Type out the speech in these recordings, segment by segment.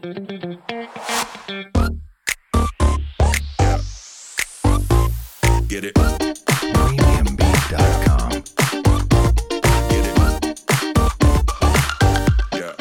Get it. Premiumbeat.com. Get it. Yeah.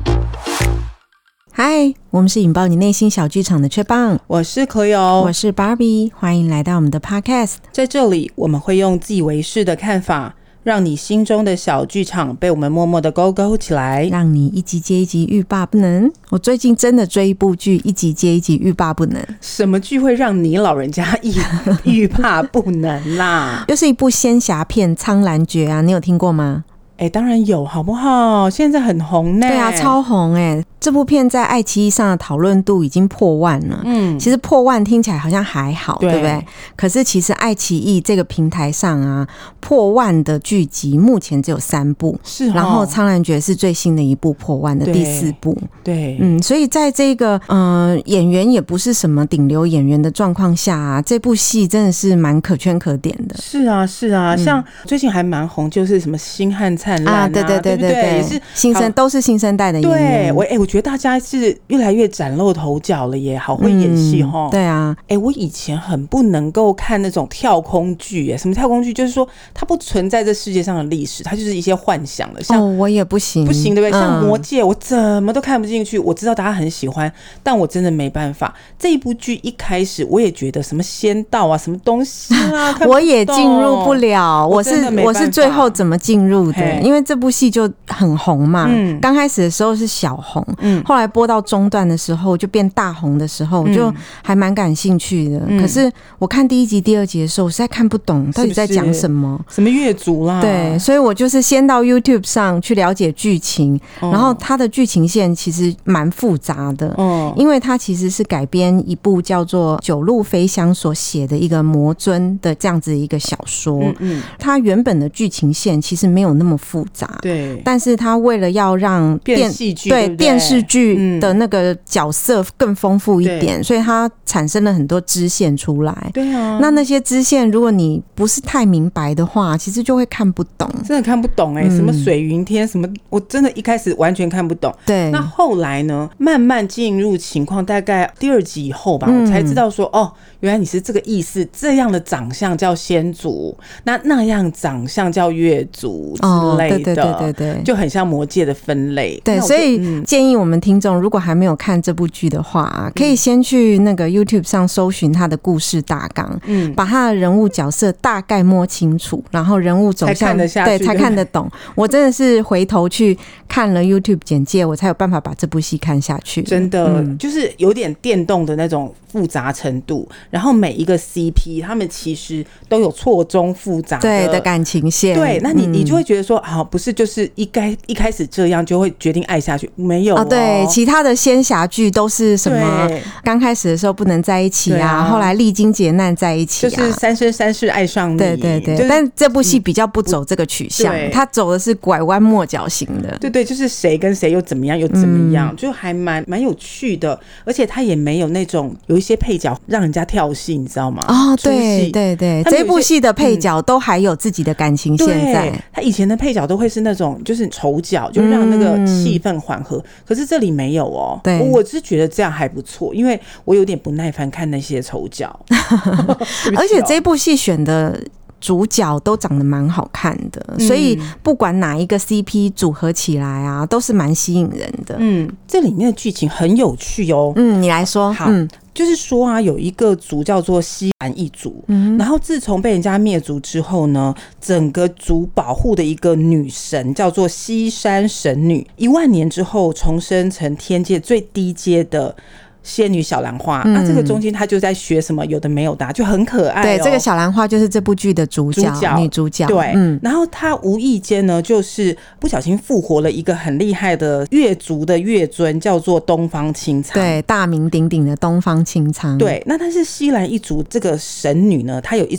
嗨，我们是引爆你内心小剧场的雀棒， 我是Cleo， 我是 Barbie， 欢迎来到我们的 Podcast。 在这里我们会用自以为是的看法，让你心中的小剧场被我们默默的勾勾起来， 让你一集接一集欲罢不能。我最近真的追一部剧，一集接一集欲罢不能。 什么剧会让你老人家欲罢不能啦？ 就是一部仙侠片《苍兰诀》啊，你有听过吗？ 当然有，好不好？现在很红呢。 对啊，超红这部片在爱奇艺上的讨论度已经破万了。其实破万听起来好像还好， 对不对？可是其实爱奇艺这个平台上啊，破万的剧集目前只有3部， 是然后《苍兰诀》是最新的一部破万的第4部。 对， 所以在这个演员也不是什么顶流演员的状况下啊，这部戏真的是蛮可圈可点的。 是啊，是啊，像最近还蛮红，就是什么星汉灿烂啊， 对对对对对， 也是都是新生代的演员。 对，我觉得大家是越来越崭露头角了耶，好会演戏齁。 对啊， 我以前很不能够看那种跳空剧耶。什么跳空剧？就是说它不存在这世界上的历史，它就是一些幻想的。像我也不行， 不行，对不对？像魔戒，我怎么都看不进去。我知道大家很喜欢，但我真的没办法。这一部剧一开始我也觉得什么仙道啊，什么东西啊， 我也进入不了。我是最后怎么进入的？因为这部戏就很红嘛。刚开始的时候是小红，后来播到中段的时候就变大红的时候，就还蛮感兴趣的。可是我看第1集、第2集的时候，我实在看不懂到底在讲什么， 什么月族啦。 对，所以我就是先到 YouTube 上去了解剧情，然后它的剧情线其实蛮复杂的，因为它其实是改编一部叫做《九路飞香》所写的一个魔尊的这样子一个小说。它原本的剧情线其实没有那么复杂， 对， 但是它为了要让变戏剧对电视剧的那个角色更丰富一点，所以它产生了很多支线出来。 对啊， 那些支线如果你不是太明白的话，其实就会看不懂， 真的看不懂什么水云天什么，我真的一开始完全看不懂。 对， 那后来呢，慢慢进入情况，大概第2集以后吧，我才知道说原来你是这个意思，这样的长相叫仙族，那样长相叫月族之类的，对，就很像魔戒的分类。 对，所以建议我们听众如果还没有看这部剧的话，可以先去那个 YouTube 上搜寻他的故事大纲，把他的人物角色大概摸清楚，然后人物走向才看得下去， 对，才看得懂。我真的是回头去看了 YouTube 简介，我才有办法把这部戏看下去。 真的，就是有点电动的那种复杂程度，然后每一个 CP 他们其实都有错综复杂的感情线。 对，那你就会觉得说不是就是一开始这样就会决定爱下去，没有对，其他的仙侠剧都是什么刚开始的时候不能在一起啊，后来历经劫难在一起啊， 就是三生三世爱上你。 对对对，但这部戏比较不走这个取向，它走的是拐弯抹角型的。 对对，就是谁跟谁又怎么样又怎么样，就还蛮有趣的，而且它也没有那种有一些配角让人家跳戏，你知道吗？ 对对对，这部戏的配角都还有自己的感情线在。 他以前的配角都会是那种就是丑角，就让那个气氛缓和，可是这里没有对，我是觉得这样还不错，因为我有点不耐烦看那些丑角。 而且这部戏选的主角都长得蛮好看的，所以不管哪一个 CP 组合起来啊，都是蛮吸引人的。 这里面的剧情很有趣哦。 你来说。 好，就是说啊，有一个族叫做西兰一族，然后自从被人家灭族之后呢，整个族保护的一个女神叫做西山神女，10000年之后重生成天界最低阶的仙女小兰花。那这个中间她就在学什么有的没有的，就很可爱。 对，这个小兰花就是这部剧的主角女主角。 对，然后她无意间呢，就是不小心复活了一个很厉害的月族的月尊，叫做东方青苍。 对，大名鼎鼎的东方青苍。 对，那但是西兰一族这个神女呢，她有一种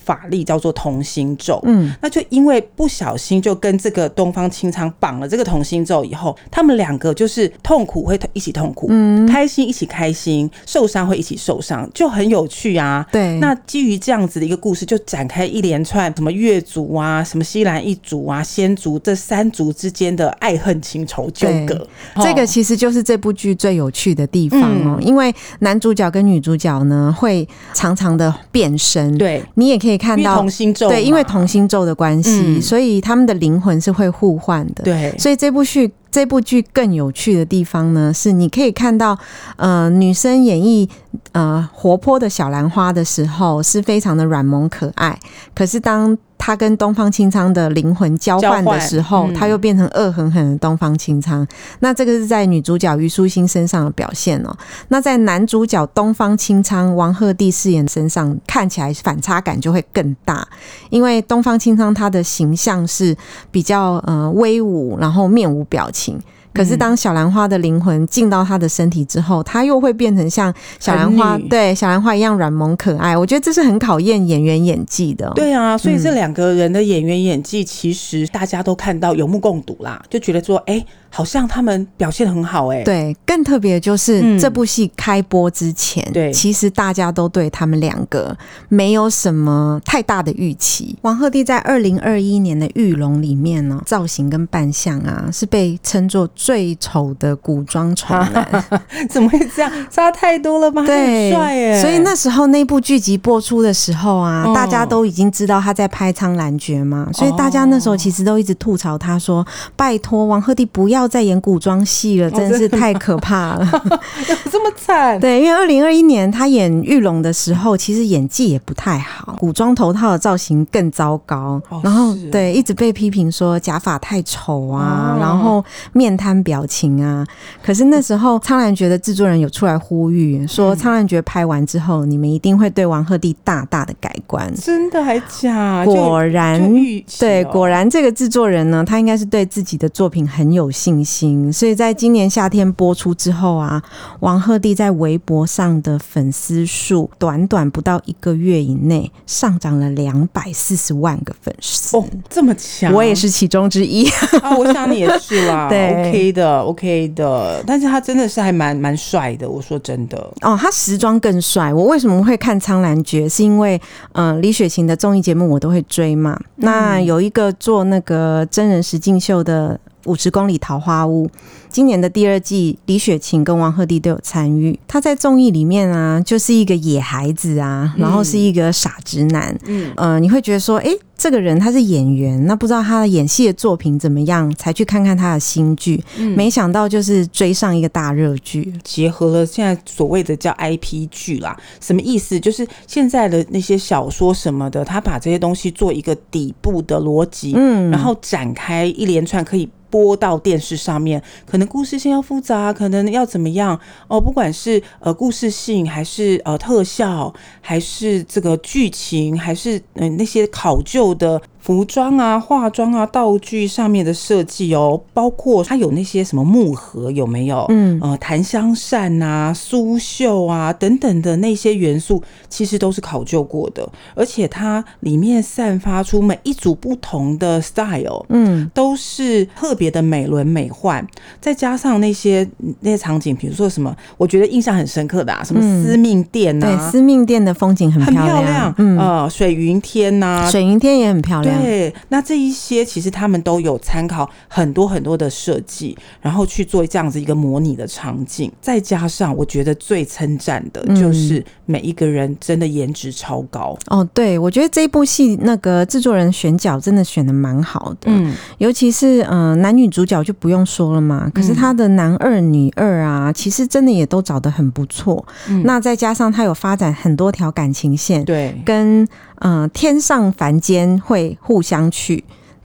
法力叫做同心咒。那就因为不小心就跟这个东方青苍绑了这个同心咒以后，他们两个就是痛苦会一起痛苦，开心一起开心，受伤会一起受伤，就很有趣啊。 对， 那基于这样子的一个故事，就展开一连串什么越族啊、什么西兰一族啊、仙族这三族之间的爱恨情仇纠葛。 这个其实就是这部剧最有趣的地方哦，因为男主角跟女主角呢会常常的变身， 对， 你也可以看到同心咒， 对，因为同心咒的关系，所以他们的灵魂是会互换的， 对， 所以这部剧更有趣的地方呢，是你可以看到，女生演绎活泼的小兰花的时候，是非常的软萌可爱。可是当她跟东方青苍的灵魂交换的时候，她又变成恶狠狠的东方青苍。那这个是在女主角虞书欣身上的表现哦。那在男主角东方青苍王鹤棣饰演身上，看起来反差感就会更大，因为东方青苍他的形象是比较威武，然后面无表情。可是当小兰花的灵魂进到他的身体之后，他又会变成像小兰花，对，小兰花一样软萌可爱。我觉得这是很考验演员演技的。 对啊，所以这两个人的演员演技，其实大家都看到有目共睹啦，就觉得说，好像他们表现得很好对，更特别的就是这部戏开播之前， 对， 其实大家都对他们两个没有什么太大的预期。王鹤棣在2021年的《玉龙》里面呢，造型跟扮相啊，是被称作最丑的古装丑男。 怎么会这样？差太多了吧？ 对， 很帅耶！ 所以那时候那部剧集播出的时候啊，大家都已经知道他在拍《苍兰诀》嘛，所以大家那时候其实都一直吐槽他说：“拜托王鹤棣不要再演古装戏了，真的是太可怕了。” 有这么惨？ 对，因为2021年他演《玉龙》的时候，其实演技也不太好，古装头套的造型更糟糕，然后对一直被批评说假发太丑啊，然后面瘫表情啊。可是那时候《苍兰诀》的制作人有出来呼吁说，《苍兰诀》拍完之后，你们一定会对王鹤棣大大的改观。 真的还假？ 果然，对，果然这个制作人呢，他应该是对自己的作品很有信心，所以在今年夏天播出之后啊，王鹤棣在微博上的粉丝数短短不到1个月以内上涨了240万个粉丝。 哦，这么强！ 我也是其中之一啊，我想你也是啦。 对 ，OK 的，但是他真的是还蛮帅的。我说真的， 哦，他时装更帅。我为什么会看《苍兰诀》？是因为李雪琴的综艺节目我都会追嘛。那有一个做那个真人实境秀的50公里桃花屋，今年的第2季，李雪琴跟王鹤棣都有参与。他在综艺里面啊，就是一个野孩子啊，然后是一个傻直男。你会觉得说，这个人他是演员，那不知道他的演戏的作品怎么样，才去看看他的新剧。没想到就是追上一个大热剧， 结合了现在所谓的叫 IP 剧啦。什么意思？就是现在的那些小说什么的，他把这些东西做一个底部的逻辑，然后展开一连串可以播到电视上面，可能故事性要复杂，可能要怎么样不管是故事性，还是特效，还是这个剧情，还是那些考究的服装啊、化妆啊、道具上面的设计包括它有那些什么木盒有没有？檀香扇啊、苏绣啊等等的那些元素，其实都是考究过的，而且它里面散发出每一组不同的 style，都是特别的美轮美奂，再加上那些场景，比如说什么，我觉得印象很深刻的什么司命殿啊， 对，司命殿的风景很漂亮，水云天啊， 水云天也很漂亮。 对，那这一些其实他们都有参考很多很多的设计，然后去做这样子一个模拟的场景，再加上我觉得最称赞的就是每一个人真的颜值超高。 对，我觉得这一部戏那个制作人选角真的选的蛮好的，尤其是男女主角就不用说了嘛，可是他的男二女二啊，其实真的也都找得很不错。那再加上他有发展很多条感情线， 对， 跟天上凡间会互相去。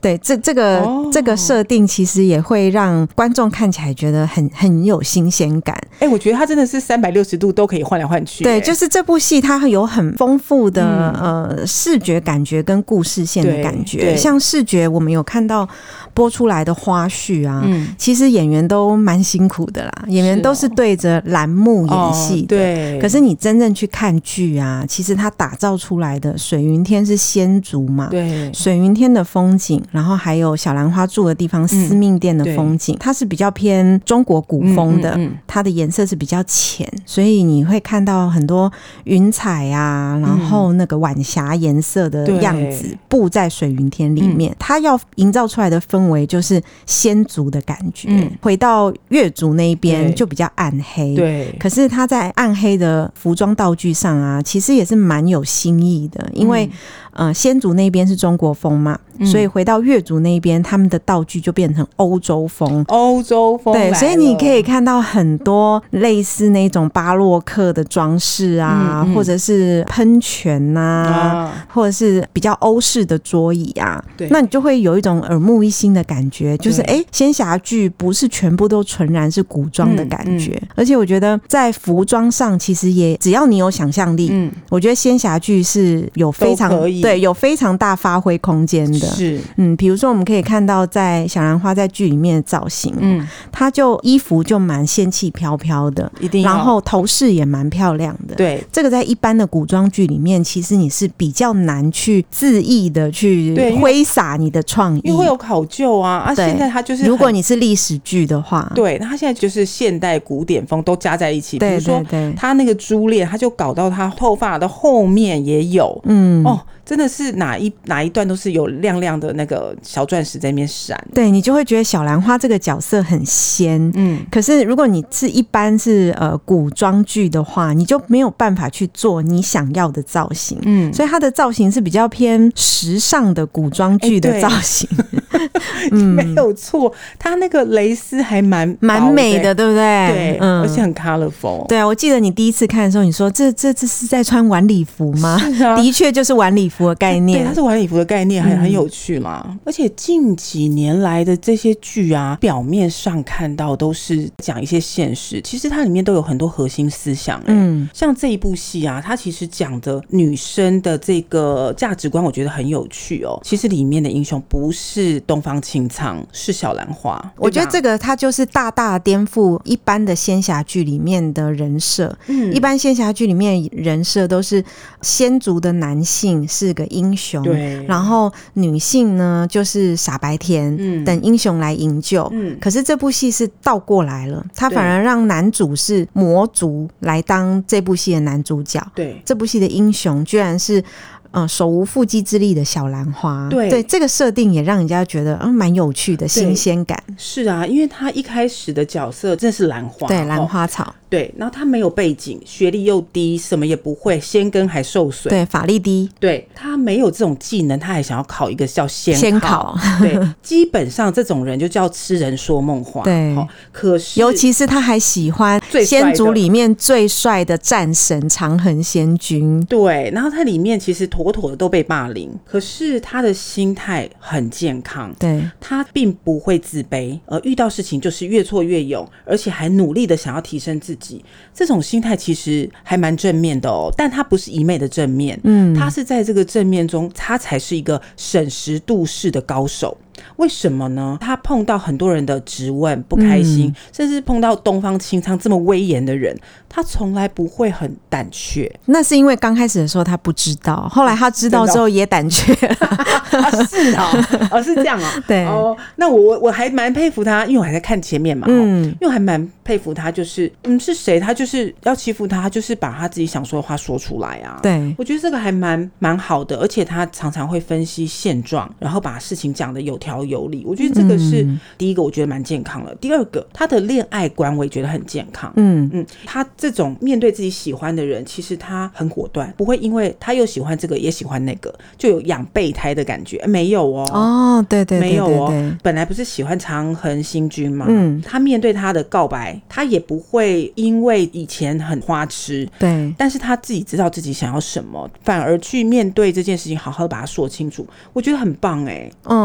对，这个设定其实也会让观众看起来觉得很有新鲜感。 我觉得他真的是360度都可以换来换去。 对，就是这部戏它有很丰富的视觉感觉跟故事线的感觉。像视觉我们有看到播出来的花絮啊，其实演员都蛮辛苦的啦，演员都是对着栏目演戏的。 对， 可是你真正去看剧啊，其实它打造出来的水云天是仙族嘛， 对， 水云天的风景，然后还有小兰花住的地方司命殿的风景，它是比较偏中国古风的，它的颜色是比较浅，所以你会看到很多云彩啊，然后那个晚霞颜色的样子布在水云天里面，它要营造出来的氛围就是仙族的感觉。回到越族那一边就比较暗黑，对，可是它在暗黑的服装道具上啊，其实也是蛮有新意的，因为仙族那边是中国风嘛，所以回到越族那边，他们的道具就变成欧洲风。对，所以你可以看到很多类似那种巴洛克的装饰啊，或者是喷泉啊，或者是比较欧式的桌椅啊，那你就会有一种耳目一新的感觉，就是仙侠剧不是全部都纯然是古装的感觉，而且我觉得在服装上其实也只要你有想象力，我觉得仙侠剧是有非常有非常大发挥空间的。是，比如说我们可以看到在小兰花在剧里面的造型，她就衣服就蛮仙气飘飘的，一定，然后头饰也蛮漂亮的。对，这个在一般的古装剧里面，其实你是比较难去恣意的去挥洒你的创意，因为会有考究啊。现在它就是如果你是历史剧的话， 对，它现在就是现代古典风都加在一起。比如说它那个珠链，它就搞到它头发的后面也有，真的是哪一段都是有亮亮的那个小钻石在那边闪。 对，你就会觉得小兰花这个角色很仙。可是如果你是一般是古装剧的话，你就没有办法去做你想要的造型。所以它的造型是比较偏时尚的古装剧的造型。 没有错，它那个蕾丝还蛮美的，对不对？ 对，而且很 colorful。 对啊，我记得你第一次看的时候，你说这是在穿晚礼服吗？的确就是晚礼服的概念。 对，它是晚礼服的概念，很有趣嘛。而且近几年来的这些剧啊，表面上看到都是讲一些现实，其实它里面都有很多核心思想。像这一部戏啊，它其实讲的女生的这个价值观，我觉得很有趣哦。其实里面的英雄不是东方青苍，是小兰花。 我觉得这个它就是大大颠覆一般的仙侠剧里面的人设。一般仙侠剧里面人设都是仙族的男性是个英雄，对，然后女性呢就是傻白甜，等英雄来营救。可是这部戏是倒过来了，他反而让男主是魔族来当这部戏的男主角。对，这部戏的英雄居然是手无缚鸡之力的小兰花。对，这个设定也让人家觉得蛮有趣的新鲜感。 是啊，因为他一开始的角色真的是兰花， 对，兰花草。 对，然后他没有背景，学历又低，什么也不会，仙根还受损， 对，法力低， 对，他没有这种技能，他还想要考一个叫仙考，对，基本上这种人就叫痴人说梦话。对，可是尤其是他还喜欢仙族里面最帅的战神长恒仙君。 对，然后他里面其实妥妥的都被霸凌，可是他的心态很健康，对，他并不会自卑，而遇到事情就是越挫越勇，而且还努力的想要提升自己。这种心态其实还蛮正面的哦，但他不是一昧的正面，他是在这个正面中，他才是一个审时度势的高手。为什么呢？他碰到很多人的质问不开心，甚至碰到东方青苍这么威严的人，他从来不会很胆怯。 那是因为刚开始的时候他不知道，后来他知道之后也胆怯了。 是哦，是这样哦。对哦，那我还蛮佩服他，因为我还在看前面嘛，因为我还蛮佩服他，就是是谁？他就是要欺负他，就是把他自己想说的话说出来啊。对，我觉得这个还蛮好的，而且他常常会分析现状，然后把事情讲得有条有理。我觉得这个是第一个，我觉得蛮健康了。第二个，他的恋爱观我也觉得很健康。他这种面对自己喜欢的人，其实他很果断，不会因为他又喜欢这个也喜欢那个，就有养备胎的感觉。没有哦。哦，对对对对对，没有哦。本来不是喜欢长恒星君吗？他面对他的告白，他也不会因为以前很花痴，对，但是他自己知道自己想要什么，反而去面对这件事情，好好的把它说清楚。我觉得很棒哎。 所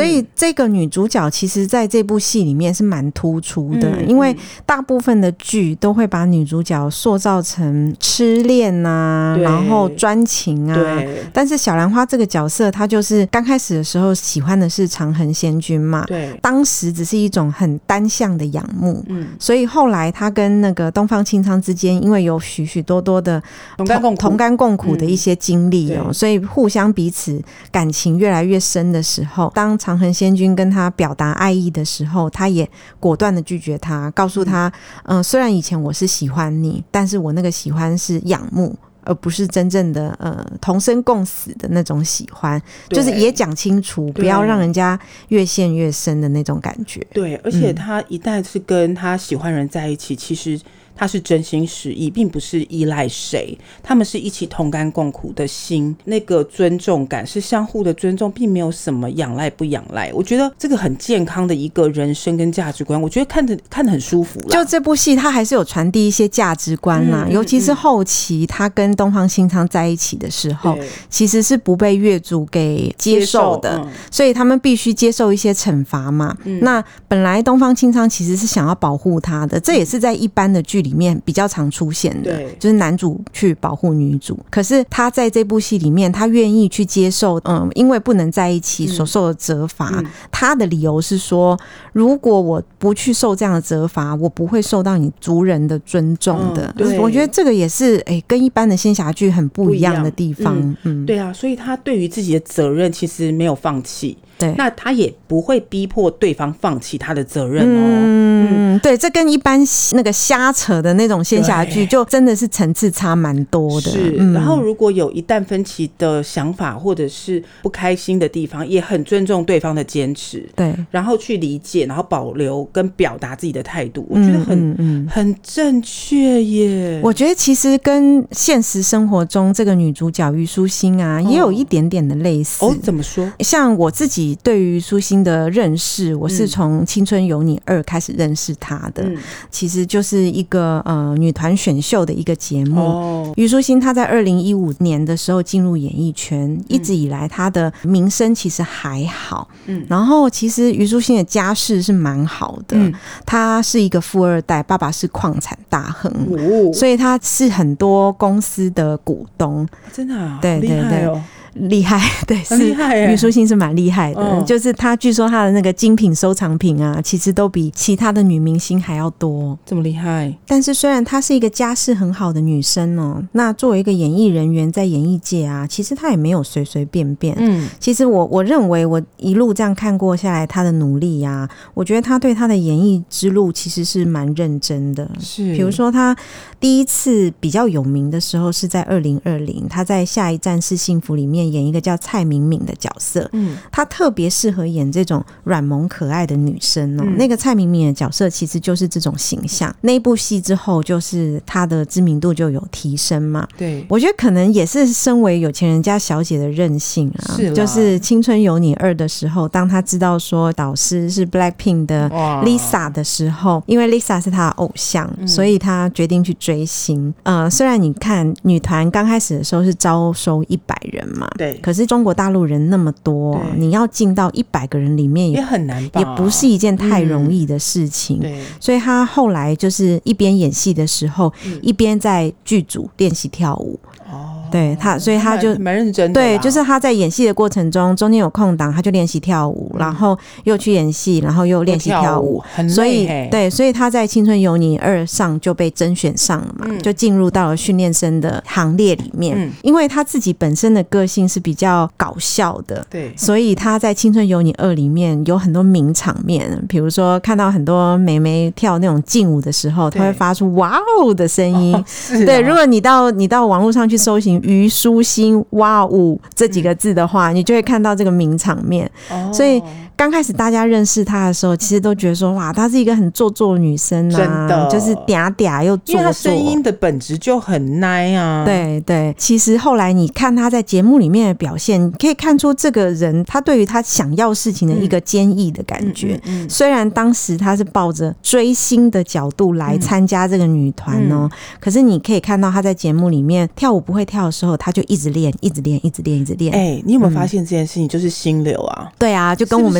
以这个女主角其实在这部戏里面是蛮突出的，因为大部分的剧都会把女主角塑造成痴恋啊，然后专情啊，但是小兰花这个角色她就是刚开始的时候喜欢的是长恒仙君嘛，对，当时只是一种很单向的仰慕，所以后来她跟那个东方青苍之间因为有许许多多的同甘共苦的一些经历所以互相彼此感情越来越深的时候，当长恒仙君跟他表达爱意的时候，他也果断的拒绝他，告诉他虽然以前我是喜欢你，但是我那个喜欢是仰慕，而不是真正的同生共死的那种喜欢，就是也讲清楚，不要让人家越陷越深的那种感觉。 对，而且他一旦是跟他喜欢人在一起，其实他是真心实意，并不是依赖谁，他们是一起同甘共苦的心，那个尊重感是相互的尊重，并没有什么仰赖不仰赖。我觉得这个很健康的一个人生跟价值观，我觉得看得很舒服啦。 就这部戏它还是有传递一些价值观啦，尤其是后期他跟东方青苍在一起的时候，其实是不被越族给接受的，所以他们必须接受一些惩罚嘛。那本来东方青苍其实是想要保护他的，这也是在一般的剧里面比较常出现的，就是男主去保护女主，可是他在这部戏里面他愿意去接受因为不能在一起所受的责罚，他的理由是说，如果我不去受这样的责罚，我不会受到你族人的尊重的。我觉得这个也是跟一般的仙侠剧很不一样的地方。 对啊，所以他对于自己的责任其实没有放弃，对，那他也不会逼迫对方放弃他的责任对，这跟一般那个瞎扯的那种仙侠剧就真的是层次差蛮多的。 是，然后如果有一旦分歧的想法或者是不开心的地方，也很尊重对方的坚持，对，然后去理解，然后保留跟表达自己的态度，我觉得很正确耶。 我觉得其实跟现实生活中这个女主角虞书欣啊，也有一点点的类似。 怎么说？ 像我自己对于虞书欣的认识，我是从《青春有你2》开始认识她的，其实就是一个女团选秀的一个节目。虞书欣她在2015年的时候进入演艺圈，一直以来她的名声其实还好。然后其实虞书欣的家世是蛮好的，她是一个富二代，爸爸是矿产大亨，所以她是很多公司的股东。 真的啊？ 对对对。厉害，对， 是虞书欣是蛮厉害的，就是她据说她的那个精品收藏品啊，其实都比其他的女明星还要多， 这么厉害。 但是虽然她是一个家世很好的女生那作为一个演艺人员在演艺界啊，其实她也没有随随便便。其实我认为我一路这样看过下来，她的努力啊，我觉得她对她的演艺之路其实是蛮认真的。是，比如说她第一次比较有名的时候是在2020，她在《下一站是幸福》里面演一个叫蔡明敏的角色，她特别适合演这种软萌可爱的女生那个蔡明敏的角色其实就是这种形象。那一部戏之后，就是她的知名度就有提升嘛。对，我觉得可能也是身为有钱人家小姐的任性啊。是，就是《青春有你2》的时候，当她知道说导师是 Blackpink 的 Lisa 的时候，因为 Lisa 是她的偶像，所以她决定去追星。虽然你看女团刚开始的时候是招收100人嘛，对，可是中国大陆人那么多，你要进到100个人里面也很难吧，也不是一件太容易的事情。所以他后来就是一边演戏的时候，一边在剧组练习跳舞。对他，所以他就蛮认真的。 对，就是他在演戏的过程中，中间有空档，他就练习跳舞，然后又去演戏，然后又练习跳舞，所以对，所以他在《青春有你2》上就被甄选上了嘛，就进入到了训练生的行列里面。因为他自己本身的个性是比较搞笑的，对，所以他在《青春有你2》里面有很多名场面，比如说看到很多妹妹跳那种劲舞的时候，他会发出哇哦的声音。对，如果你到网络上去搜寻虞书欣哇哦这几个字的话，你就会看到这个名场面。所以刚开始大家认识她的时候，其实都觉得说哇，她是一个很做作的女生啊，真的就是嗲嗲又做作，因为她声音的本质就很奶啊。 对对，其实后来你看她在节目里面的表现，你可以看出这个人她对于她想要事情的一个坚毅的感觉。虽然当时她是抱着追星的角度来参加这个女团可是你可以看到她在节目里面跳舞不会跳的时候，她就一直练一直练一直练一直练。 你有没有发现这件事情就是心流啊？ 对啊，就跟我们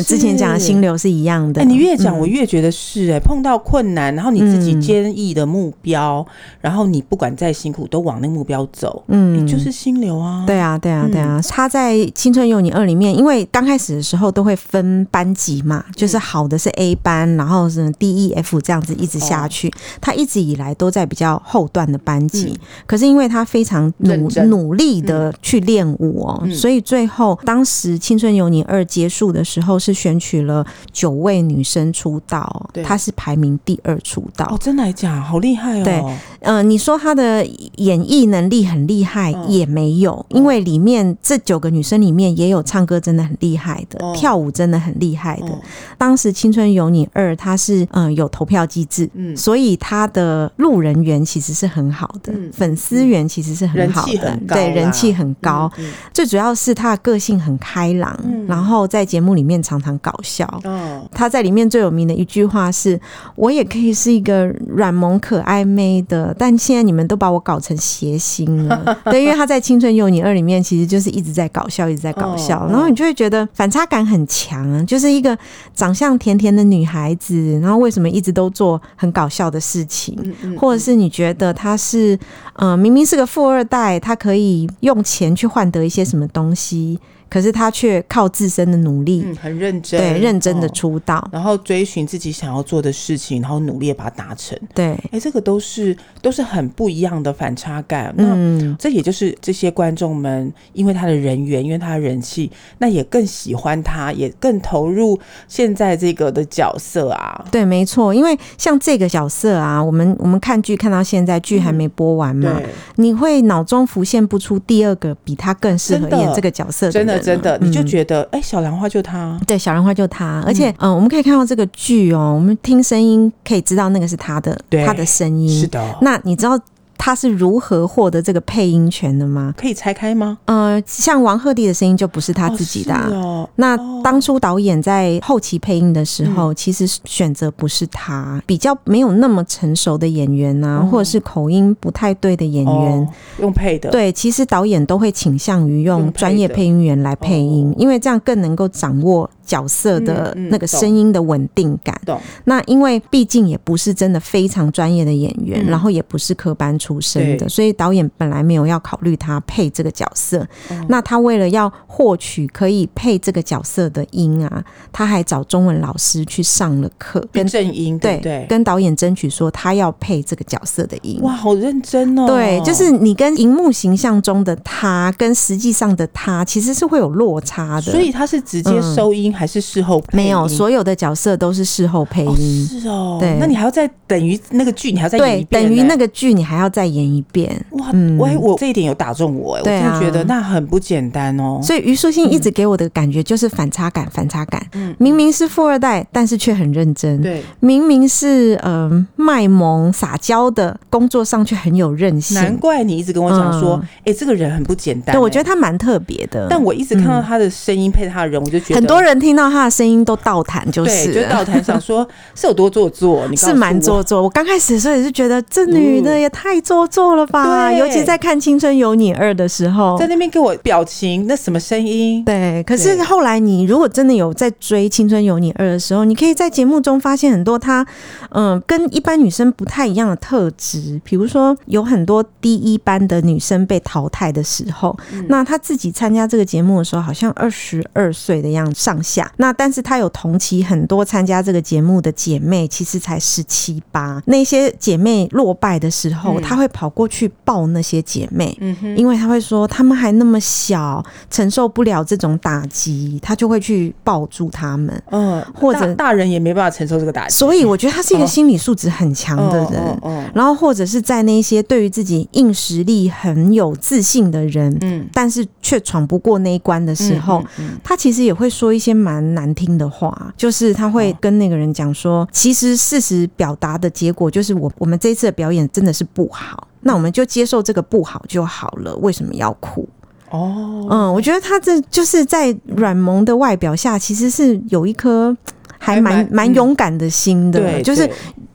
之前讲的心流是一样的。 你越讲我越觉得是碰到困难，然后你自己坚毅的目标，然后你不管再辛苦都往那个目标走，你就是心流啊。 对啊。他在《青春有你2》里面，因为刚开始的时候都会分班级嘛，就是好的是 A 班，然后是 D、E、F 这样子一直下去。他一直以来都在比较后段的班级，可是因为他非常努力的去练舞所以最后当时《青春有你2》结束的时候是选取了9位女生出道，他是排名第2出道。 真的来讲好厉害对，你说他的演艺能力很厉害也没有，因为里面这9个女生里面也有唱歌真的很厉害的，跳舞真的很厉害的。当时《青春有你2》它是有投票机制，所以他的路人缘其实是很好的，粉丝缘其实是很好的，对，人气很高。最主要是他的个性很开朗，然后在节目里面常常搞笑。他在里面最有名的一句话是：我也可以是一个软萌可爱妹的，但现在你们都把我搞成谐星了。对，因为他在《青春有你2》里面其实就是一直在搞笑，一直在搞笑，然后你就会觉得反差感很强，就是一个长相甜甜的女孩子，然后为什么一直都做很搞笑的事情，或者是你觉得她是明明是个富二代，她可以用钱去换得一些什么东西，可是他却靠自身的努力， 很认真， 对，认真的出道， 然后追寻自己想要做的事情，然后努力的把它达成。 对， 这个都是很不一样的反差感。那这也就是这些观众们因为他的人缘，因为他的人气，那也更喜欢他，也更投入现在这个的角色啊。对， 没错，因为像这个角色啊，我们看剧看到现在，剧还没播完嘛，你会脑中浮现不出第二个比他更适合演这个角色的人。 真的，你就觉得小兰花就他， 对，小兰花就他，而且我们可以看到这个剧我们听声音可以知道那个是他的声音， 是的。 那你知道他是如何获得这个配音权的吗？ 可以拆开吗？ 像王鹤棣的声音就不是他自己的那当初导演在后期配音的时候，其实选择不是他，比较没有那么成熟的演员或者是口音不太对的演员用配的。 对，其实导演都会倾向于用专业配音员来配音，因为这样更能够掌握角色的那个声音的稳定感。那因为毕竟也不是真的非常专业的演员，然后也不是科班出身的，所以导演本来没有要考虑他配这个角色。那他为了要获取可以配这个角色的音他还找中文老师去上了课， 跟正音，对， 跟导演争取说他要配这个角色的音。 哇，好认真哦。 对，就是你跟荧幕形象中的他跟实际上的他其实是会有落差的。 所以他是直接收音还是事后配音？ 没有，所有的角色都是事后配音。 是哦。 对， 那你还要再等于那个剧，你还要再演一遍。 对，等于那个剧你还要再演一遍。 哇，我这一点有打中我，我真的觉得那很不简单哦。 所以虞书欣一直给我的感觉就是反差感。明明是富二代，但是却很认真。 对， 明明是卖萌撒娇的，工作上却很有韧性。 难怪你一直跟我讲说，这个人很不简单。 对，我觉得他蛮特别的。 但我一直看到他的声音配他的人，我就觉得很多人听到他的声音都倒弹，就是就倒弹，想说是有多做作。你是蛮做作。我刚开始的时候也是觉得这女的也太做作了吧，尤其在看《青春有你2》的时候， 在那边给我表情，那什么声音？ 对，可是后来你如果真的有在追《青春有你2》的时候，你可以在节目中发现很多她跟一般女生不太一样的特质，比如说有很多第一班的女生被淘汰的时候，那她自己参加这个节目的时候好像22岁的样子上下，那但是她有同期很多参加这个节目的姐妹其实才17、18，那些姐妹落败的时候，她会跑过去抱那些姐妹，因为她会说她们还那么小，承受不了这种打击，她就会去抱住她们。或者大人也没办法承受这个打击， 所以我觉得她是一个心理素质很强的人。然后或者是在那些对于自己硬实力很有自信的人，但是却闯不过那一关的时候，她其实也会说一些蛮难听的话，就是她会跟那个人讲说，其实事实表达的结果就是我们这一次的表演真的是不好，那我们就接受这个不好就好了，为什么要哭？我觉得他这就是在软萌的外表下，其实是有一颗还蛮勇敢的心的，就是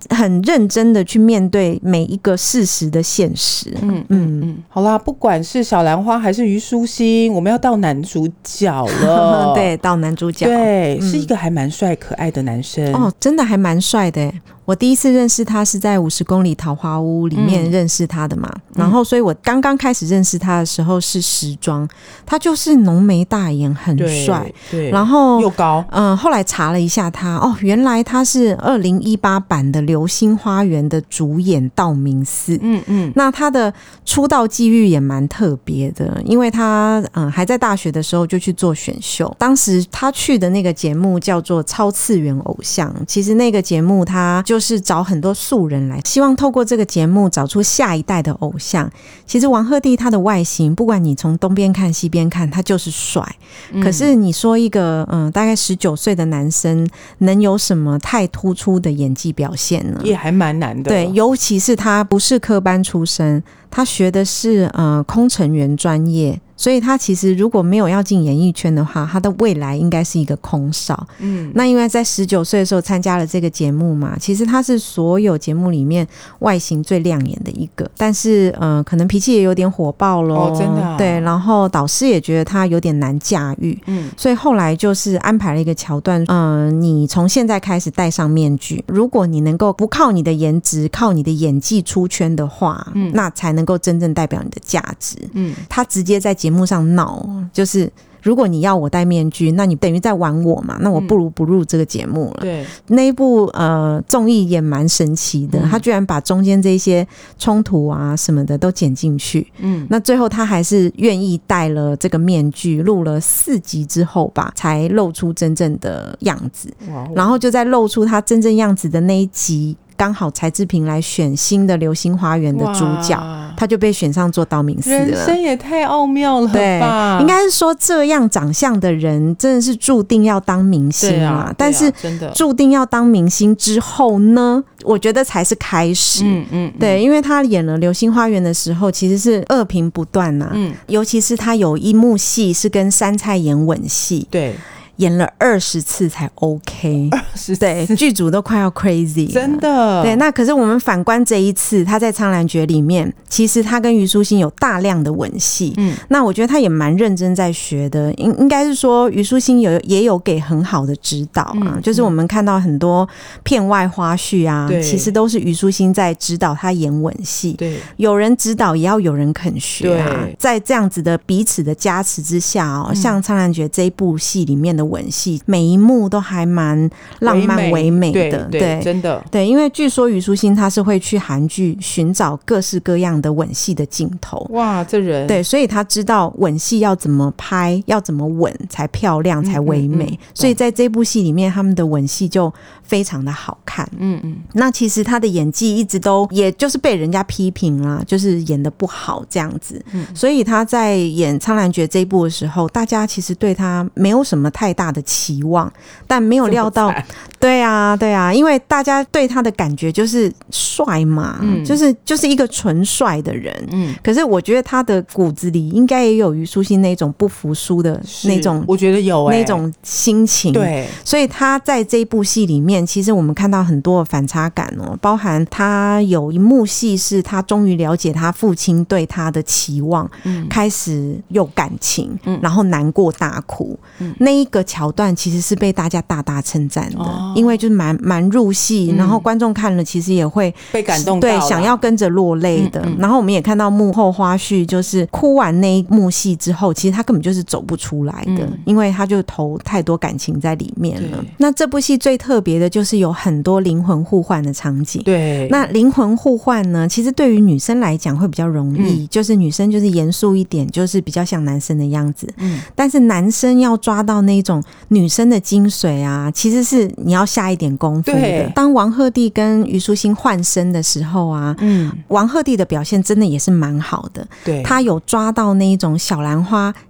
很认真的去面对每一个事实的现实。 好啦，不管是小兰花还是虞书欣，我们要到男主角了。 对，到男主角， 对，是一个还蛮帅可爱的男生哦，真的还蛮帅的耶。我第一次认识他是在50公里桃花屋里面认识他的嘛，然后所以我刚刚开始认识他的时候是时装，他就是浓眉大眼，很帅， 对， 然后又高， 后来查了一下他，哦，原来他是2018版的《流星花园》的主演道明寺。那他的出道际遇也蛮特别的，因为他还在大学的时候就去做选秀，当时他去的那个节目叫做超次元偶像，其实那个节目他就是找很多素人来，希望透过这个节目找出下一代的偶像。其实王鹤棣他的外形，不管你从东边看西边看，他就是帅。可是你说一个大概19岁的男生能有什么太突出的演技表现呢？ 也还蛮难的。 对，尤其是他不是科班出身，他学的是空乘员专业，所以他其实如果没有要进演艺圈的话，他的未来应该是一个空少。那因为在19岁的时候参加了这个节目嘛，其实他是所有节目里面外形最亮眼的一个，但是可能脾气也有点火爆咯。 哦，真的啊？ 对，然后导师也觉得他有点难驾驭，所以后来就是安排了一个桥段，你从现在开始戴上面具，如果你能够不靠你的颜值，靠你的演技出圈的话，那才能够真正代表你的价值。他直接在节目上闹，就是如果你要我戴面具，那你等于在玩我嘛，那我不如不入这个节目了。 对， 那一部综艺也蛮神奇的，他居然把中间这些冲突啊什么的都剪进去。那最后他还是愿意戴了这个面具，录了4集之后吧，才露出真正的样子。然后就在露出他真正样子的那一集，刚好柴智屏来选新的《流星花园》的主角，他就被选上做道明寺了。 人生也太奥妙了吧？ 对，应该是说这样长相的人真的是注定要当明星嘛。但是注定要当明星之后呢，我觉得才是开始。对，因为他演了《流星花园》的时候，其实是恶评不断啊。尤其是他有一幕戏是跟杉菜演吻戏。对。演了20次才 OK， 对，剧组都快要 crazy 了， 真的。 对，那可是我们反观这一次，他在《苍兰诀》里面，其实他跟虞书欣有大量的吻戏，那我觉得他也蛮认真在学的，应该是说虞书欣也有给很好的指导啊，就是我们看到很多片外花絮啊，其实都是虞书欣在指导他演吻戏，对，有人指导也要有人肯学啊，在这样子的彼此的加持之下哦，像《苍兰诀》这一部戏里面的吻戏，每一幕都还蛮浪漫唯美的。对，真的。对，因为据说虞书欣她是会去韩剧寻找各式各样的吻戏的镜头。 哇，这人。对， 所以她知道吻戏要怎么拍，要怎么吻才漂亮才唯美。所以在这部戏里面，他们的吻戏就非常的好看。那其实她的演技一直都也就是被人家批评啦，就是演得不好这样子。所以她在演《苍兰诀》这一部的时候，大家其实对她没有什么太大的期望，但没有料到，对啊，因为大家对他的感觉就是帅嘛，就是一个纯帅的人。可是我觉得他的骨子里应该也有虞书欣那种不服输的那种， 我觉得有那种心情。对，所以他在这一部戏里面，其实我们看到很多的反差感哦，包含他有一幕戏是他终于了解他父亲对他的期望，开始有感情，然后难过大哭。那一个桥段其实是被大家大大称赞的，因为就是蛮入戏，然后观众看了其实也会被感动到， 对，想要跟着落泪的。然后我们也看到幕后花絮，就是哭完那一幕戏之后，其实他根本就是走不出来的，因为他就投太多感情在里面了。那这部戏最特别的就是有很多灵魂互换的场景。对，那灵魂互换呢，其实对于女生来讲会比较容易，就是女生就是严肃一点，就是比较像男生的样子。但是男生要抓到那种女生的精髓啊，其实是你要下一点功夫的。当王鹤棣跟虞书欣换身的时候啊，王鹤棣的表现真的也是蛮好的。对，他有抓到那一种小兰花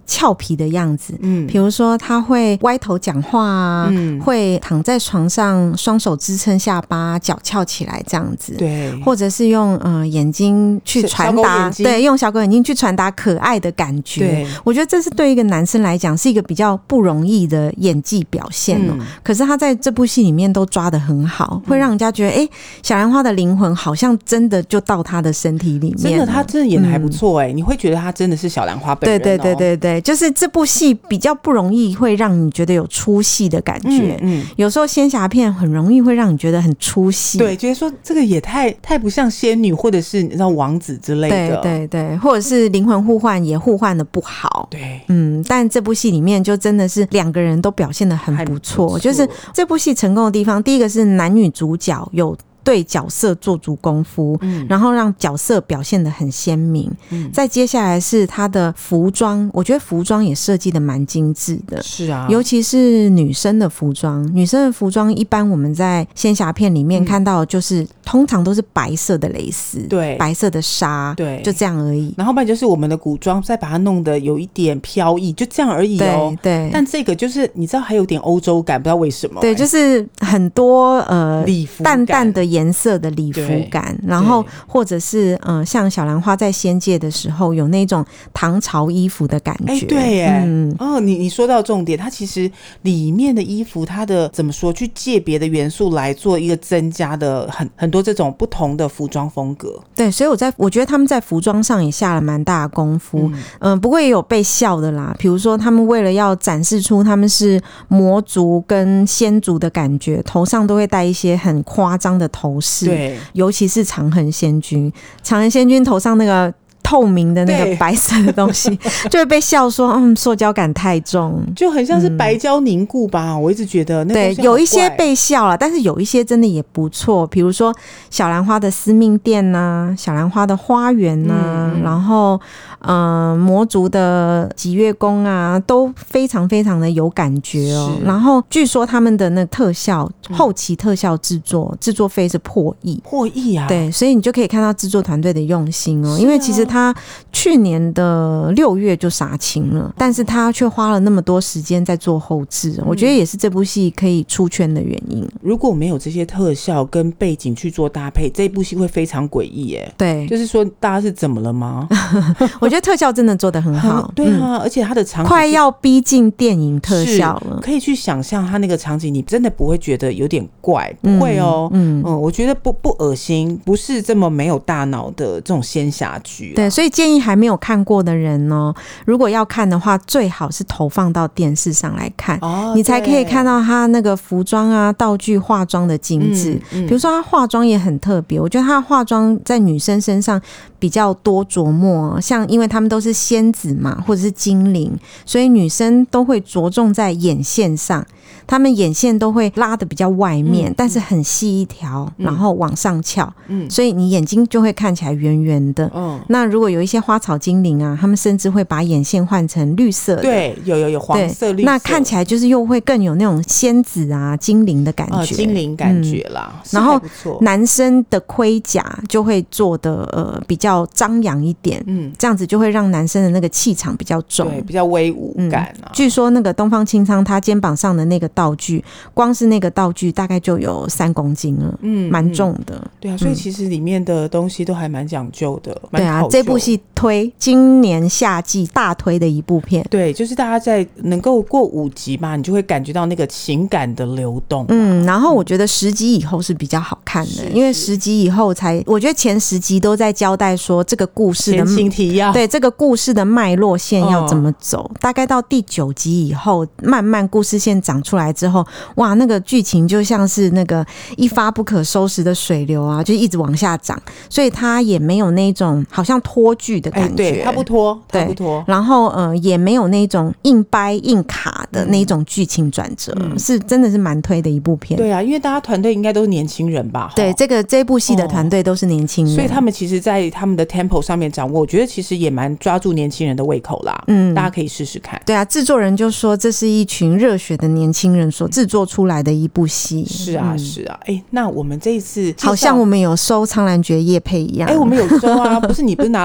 俏皮的样子，比如说他会歪头讲话啊，会躺在床上双手支撑下巴，脚翘起来这样子， 对， 或者是用眼睛去传达，对，用小狗眼睛去传达可爱的感觉。 对， 我觉得这是对一个男生来讲是一个比较不容易的演技表现哦。可是他在这部戏里面都抓得很好，会让人家觉得小兰花的灵魂好像真的就到他的身体里面。 真的，他真的演得还不错你会觉得他真的是小兰花本人。 对对对对对，就是这部戏比较不容易会让你觉得有出戏的感觉。有时候仙侠片很容易会让你觉得很出戏， 对，觉得说这个也太不像仙女或者是你知道王子之类的， 对对对，或者是灵魂互换也互换的不好。 对， 但这部戏里面就真的是两个人都表现得很不错，就是这部戏成功的地方，第一个是男女主角有对角色做足功夫，然后让角色表现得很鲜明。再接下来是他的服装，我觉得服装也设计得蛮精致的。 是啊， 尤其是女生的服装，女生的服装一般我们在仙侠片里面看到就是通常都是白色的蕾丝，对，白色的纱，对，就这样而已。 然后不然就是我们的古装再把它弄得有一点飘逸，就这样而已哦。对，但这个就是你知道还有点欧洲感，不知道为什么。 对，就是很多礼服淡淡的颜色的礼服感，然后或者是像小兰花在仙界的时候有那种唐朝衣服的感觉。 对耶，你说到重点，它其实里面的衣服它的怎么说，去借别的元素来做一个增加的很多这种不同的服装风格。 对，所以我觉得他们在服装上也下了蛮大的功夫。不过也有被笑的啦，比如说他们为了要展示出他们是魔族跟仙族的感觉，头上都会戴一些很夸张的头饰。对，尤其是长恒仙君头上那个透明的那个白色的东西就会被笑说塑胶感太重， 就很像是白胶凝固吧。我一直觉得那对，有一些被笑了，但是有一些真的也不错，比如说小兰花的司命殿啊，小兰花的花园啊，然后魔族的极月宫啊，都非常非常的有感觉哦。然后据说他们的那特效后期特效制作费是破亿啊。对，所以你就可以看到制作团队的用心哦。因为其实他去年的6月就杀青了，但是他却花了那么多时间在做后制，我觉得也是这部戏可以出圈的原因。 如果没有这些特效跟背景去做搭配，这部戏会非常诡异耶。对，就是说大家是怎么了吗？ 我觉得特效真的做得很好。 对啊，而且他的场景快要逼近电影特效了， 可以去想象他那个场景，你真的不会觉得有点怪，不会哦。我觉得不恶心，不是这么没有大脑的这种仙侠剧。 对，所以建议还没有看过的人哦，如果要看的话，最好是投放到电视上来看，你才可以看到他那个服装啊、道具、化妆的精致。比如说他化妆也很特别，我觉得他的化妆在女生身上比较多琢磨，像因为他们都是仙子嘛，或者是精灵，所以女生都会着重在眼线上，他们眼线都会拉得比较外面，但是很细一条，然后往上翘，所以你眼睛就会看起来圆圆的。那如果有一些花草精灵啊，他们甚至会把眼线换成绿色的， 对，有黄色、绿色， 那看起来就是又会更有那种仙子啊、精灵的感觉， 精灵感觉啦。 然后男生的盔甲就会做的比较张扬一点，这样子就会让男生的那个气场比较重， 对，比较威武感啊。 据说那个东方青苍他肩膀上的那个道具，光是那个道具大概就有3公斤了，蛮重的。 对啊，所以其实里面的东西都还蛮讲究的， 对啊，这部戏今年夏季大推的一部片。 对，就是大家在能够过5集吧，你就会感觉到那个情感的流动。 然后我觉得10集以后是比较好看的，因为10集以后我觉得前10集都在交代说这个故事的前情提要， 对，这个故事的脉络线要怎么走。大概到第9集以后，慢慢故事线长出来之后，哇，那个剧情就像是那个一发不可收拾的水流啊，就一直往下涨，所以它也没有那种好像拖剧的感觉。 对，它不拖， 然后也没有那种硬掰硬卡的那种剧情转折，是真的是蛮推的一部片。 对啊，因为大家团队应该都是年轻人吧？ 对，这部戏的团队都是年轻人， 所以他们其实在他们的 tempo 上面掌握，我觉得其实也蛮抓住年轻人的胃口啦。大家可以试试看。 对啊，制作人就说这是一群热血的年轻人所制作出来的一部戏。 是啊，那我们这一次好像我们有收苍兰诀业配一样。 我们有收啊，不是你不是拿了3600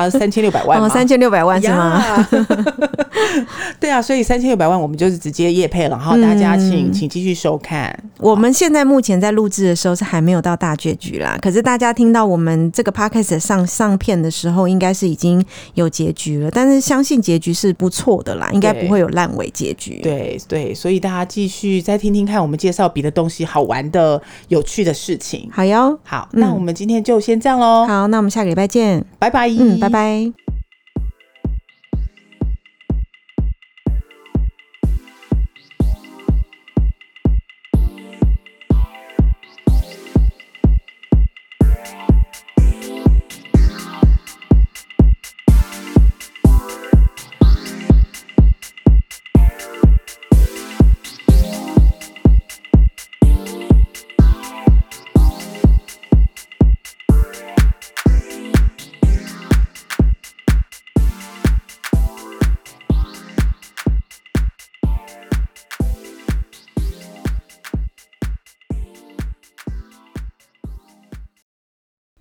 3600万吗 ？3600万是吗？ 对啊，所以3600万我们就是直接业配了，然后大家请继续收看。 我们现在目前在录制的时候是还没有到大结局啦，可是大家听到我们这个 podcast 上片的时候，应该是已经有结局了，但是相信结局是不错的啦，应该不会有烂尾结局。 对对，所以大家继续再听听看我们介绍别的东西好玩的有趣的事情。 好哟， 好，那我们今天就先这样咯。 好，那我们下个礼拜见， 拜拜。 拜拜。